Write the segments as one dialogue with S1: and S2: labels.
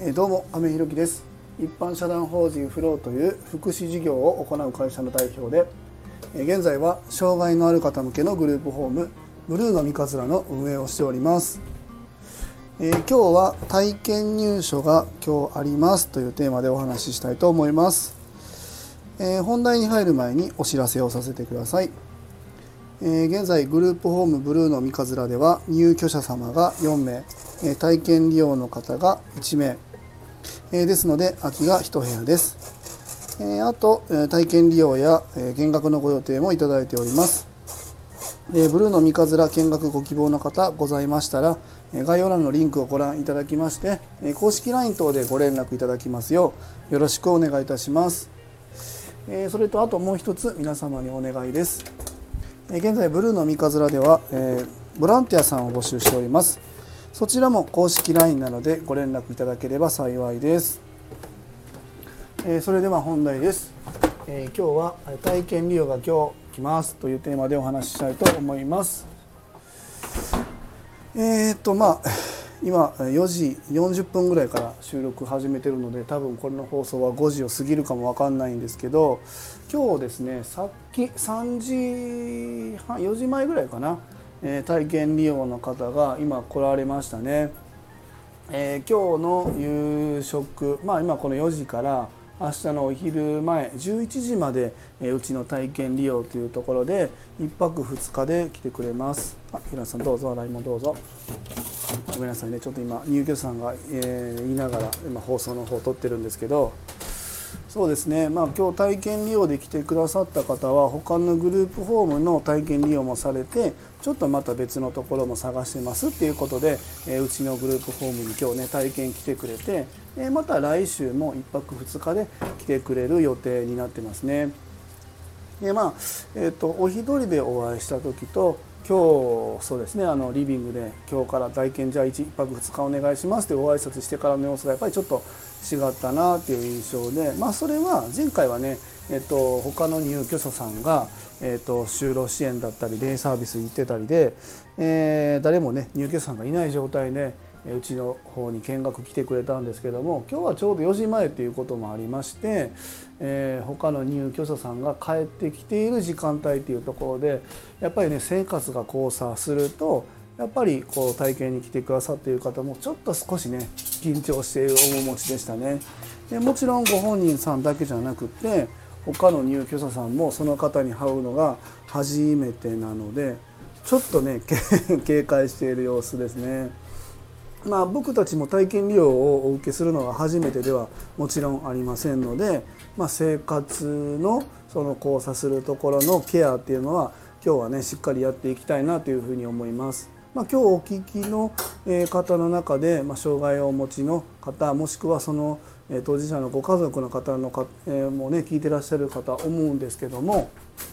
S1: どうも阿部裕樹です。一般社団法人フローという福祉事業を行う会社の代表で、現在は障害のある方向けのグループホームブルーの三日面の運営をしております。今日は体験入所が今日ありますというテーマでお話ししたいと思います。本題に入る前にお知らせをさせてください。現在グループホームブルーの三日面では入居者様が4名、体験利用の方が1名、ですので空きが1部屋です。あと体験利用や見学のご予定もいただいております。ブルーの三日面見学ご希望の方ございましたら、概要欄のリンクをご覧いただきまして、公式 LINE 等でご連絡いただきますようよろしくお願いいたします。それとあともう一つ皆様にお願いです。現在ブルーの三日面では、ボランティアさんを募集しております。そちらも公式 LINE なのでご連絡いただければ幸いです。それでは本題です。今日は体験利用が今日来ますというテーマでお話ししたいと思います。今4時40分ぐらいから収録始めてるので、多分これの放送は5時を過ぎるかも分かんないんですけど、今日ですね、さっき3時半4時前ぐらいかな、体験利用の方が今来られましたね。今日の夕食、今この4時から明日のお昼前11時まで、うちの体験利用というところで1泊2日で来てくれます。平さんどうぞ、洗いもどうぞ。ごめんなさいね、ちょっと今入居者さんが、言いながら今放送の方を撮ってるんですけど、そうですね、今日体験利用で来てくださった方は他のグループホームの体験利用もされて、ちょっとまた別のところも探してますっていうことで、うちのグループホームに今日ね体験来てくれて、また来週も1泊2日で来てくれる予定になってますね。でお一人でお会いした時と、今日そうですね、リビングで今日から体験じゃあ1泊2日お願いしますってお挨拶してからの様子がやっぱりちょっと違ったなっていう印象で、それは前回はね、他の入居者さんが、就労支援だったりデイサービス行ってたりで、誰もね入居者さんがいない状態でうちの方に見学来てくれたんですけども、今日はちょうど4時前ということもありまして、他の入居者さんが帰ってきている時間帯というところで、やっぱりね生活が交差するとやっぱりこう体験に来てくださっている方もちょっと少しね緊張している面持ちでしたね。でもちろんご本人さんだけじゃなくて他の入居者さんもその方に会うのが初めてなので、ちょっとね警戒している様子ですね。僕たちも体験利用をお受けするのは初めてではもちろんありませんので、生活のその交差するところのケアっていうのは今日はねしっかりやっていきたいなというふうに思います。今日お聞きの方の中で障害をお持ちの方、もしくはその当事者のご家族の方のもね聞いてらっしゃる方思うんですけども、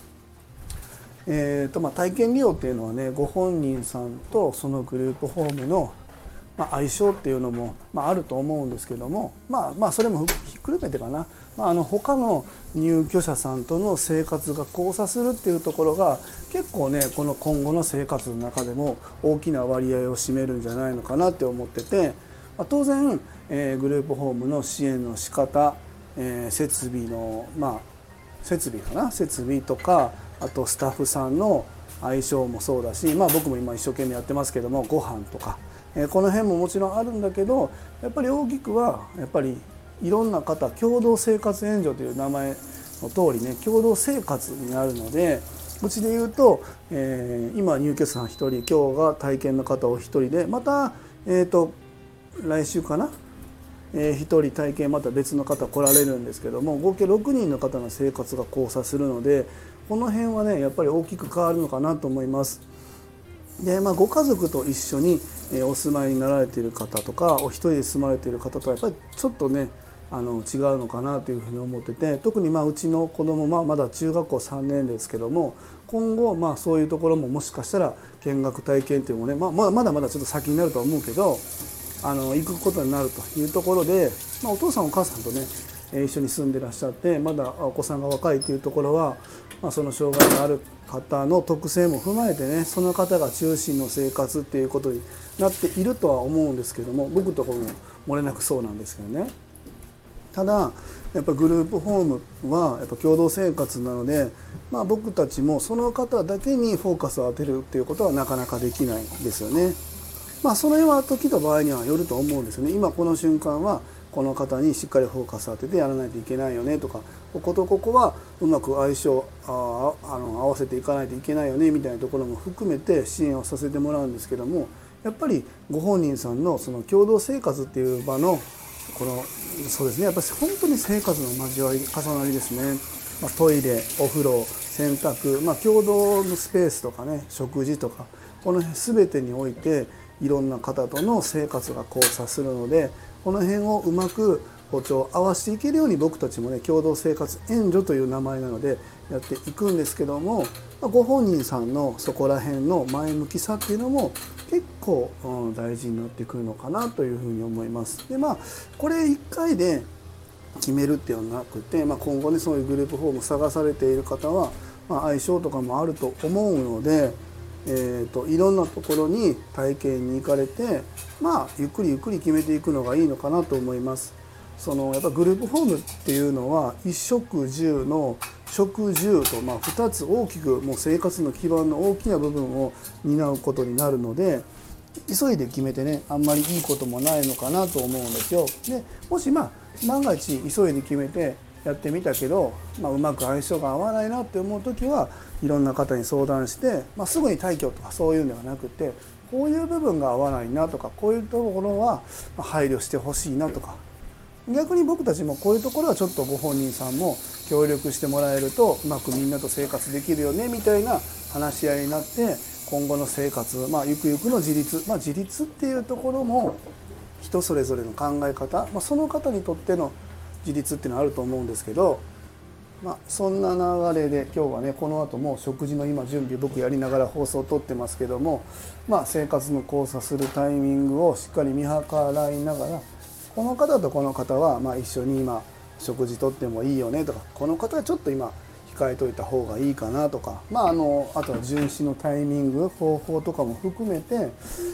S1: 体験利用っていうのはね、ご本人さんとそのグループホームの相性っていうのもあると思うんですけども、それもひっくるめてかな、他の入居者さんとの生活が交差するっていうところが結構ねこの今後の生活の中でも大きな割合を占めるんじゃないのかなって思ってて、当然、グループホームの支援の仕方、設備の設備とか、あとスタッフさんの相性もそうだし、僕も今一生懸命やってますけどもご飯とか、この辺ももちろんあるんだけど、やっぱり大きくはやっぱりいろんな方、共同生活援助という名前の通りね共同生活になるので、うちで言うと、今入居者さん1人、今日が体験の方を1人で、また、来週かな、1人体験また別の方来られるんですけども、合計6人の方の生活が交差するので、この辺はねやっぱり大きく変わるのかなと思います。でご家族と一緒にお住まいになられている方とか、お一人で住まれている方とはやっぱりちょっとね違うのかなというふうに思ってて、特にうちの子供まだ中学校3年ですけども、今後そういうところももしかしたら見学体験というのもね、まだまだちょっと先になるとは思うけど行くことになるというところで、お父さんお母さんとね一緒に住んでらっしゃって、まだお子さんが若いというところは、その障害のある方の特性も踏まえてね、その方が中心の生活っていうことになっているとは思うんですけども、僕とこの漏れなくそうなんですけどね。ただやっぱグループホームはやっぱ共同生活なので、僕たちもその方だけにフォーカスを当てるっていうことはなかなかできないですよね。その辺は時と場合にはよると思うんですよね。今この瞬間はこの方にしっかりフォーカスを当ててやらないといけないよねとか、こことここはうまく相性合わせていかないといけないよねみたいなところも含めて支援をさせてもらうんですけども、やっぱりご本人さんのその共同生活っていう場のそうですね、やっぱり本当に生活の交わり重なりですね。トイレ、お風呂、洗濯、共同のスペースとかね、食事とか、この辺全てにおいていろんな方との生活が交差するので、この辺をうまく歩調合わせていけるように僕たちもね、共同生活援助という名前なのでやっていくんですけども、ご本人さんのそこら辺の前向きさっていうのも結構大事になってくるのかなというふうに思います。でこれ1回で決めるっていうのはなくて、今後ねそういうグループホーム探されている方は、相性とかもあると思うので、いろんなところに体験に行かれて、ゆっくりゆっくり決めていくのがいいのかなと思います。やっぱグループホームっていうのは衣食住の食住と2つ大きくもう生活の基盤の大きな部分を担うことになるので、急いで決めてねあんまりいいこともないのかなと思うんですよ。でもし万が一急いで決めてやってみたけど、うまく相性が合わないなって思う時はいろんな方に相談して、すぐに退去とかそういうんではなくて、こういう部分が合わないなとか、こういうところは配慮してほしいなとか、逆に僕たちもこういうところはちょっとご本人さんも協力してもらえるとうまくみんなと生活できるよねみたいな話し合いになって、今後の生活、ゆくゆくの自立、自立っていうところも人それぞれの考え方、その方にとっての自立っていうのはあると思うんですけど、そんな流れで今日はね、この後も食事の今準備僕やりながら放送を撮ってますけども、生活の交差するタイミングをしっかり見計らいながら、この方とこの方は一緒に今食事とってもいいよねとか、この方はちょっと今控えといた方がいいかなとか、あとは巡視のタイミング方法とかも含めて、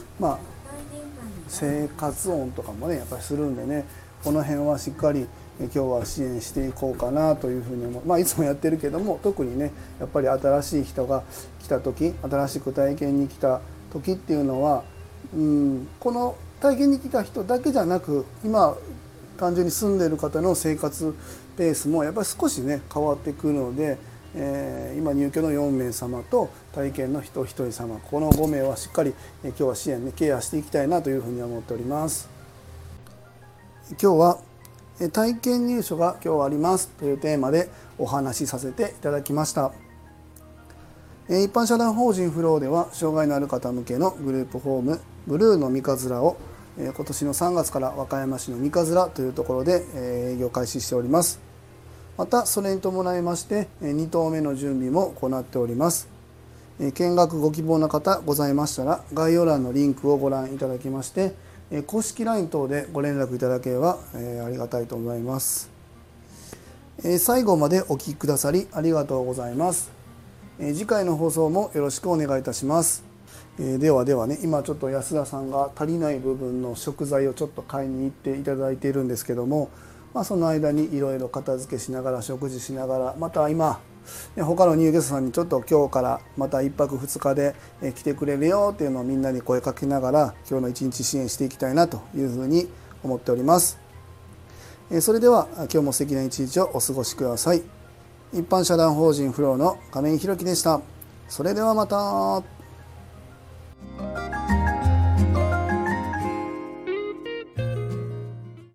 S1: 生活音とかもねやっぱりするんでね、この辺はしっかり今日は支援していこうかなというふうに思う。いつもやってるけども、特にねやっぱり新しい人が来た時、新しく体験に来た時っていうのは、この体験に来た人だけじゃなく、今単純に住んでいる方の生活ペースもやっぱり少しね変わってくるので、今入居の4名様と体験の人1人様、この5名はしっかり今日は支援ねケアしていきたいなというふうに思っております。今日は体験入所が今日ありますというテーマでお話しさせていただきました。一般社団法人フローでは障害のある方向けのグループホームブルーの三日面を今年の3月から和歌山市の三日面というところで営業開始しております。またそれに伴いまして2棟目の準備も行っております。見学ご希望の方ございましたら概要欄のリンクをご覧いただきまして、公式 LINE 等でご連絡いただければありがたいと思います。最後までお聞きくださりありがとうございます。次回の放送もよろしくお願いいたします。ではね、今ちょっと安田さんが足りない部分の食材をちょっと買いに行っていただいているんですけども、その間にいろいろ片付けしながら食事しながら、また今他の入居者さんにちょっと今日からまた1泊2日で来てくれるよっていうのをみんなに声かけながら今日の一日支援していきたいなというふうに思っております。それでは今日も素敵な一日をお過ごしください。一般社団法人フローの亀井宏樹でした。それではまた。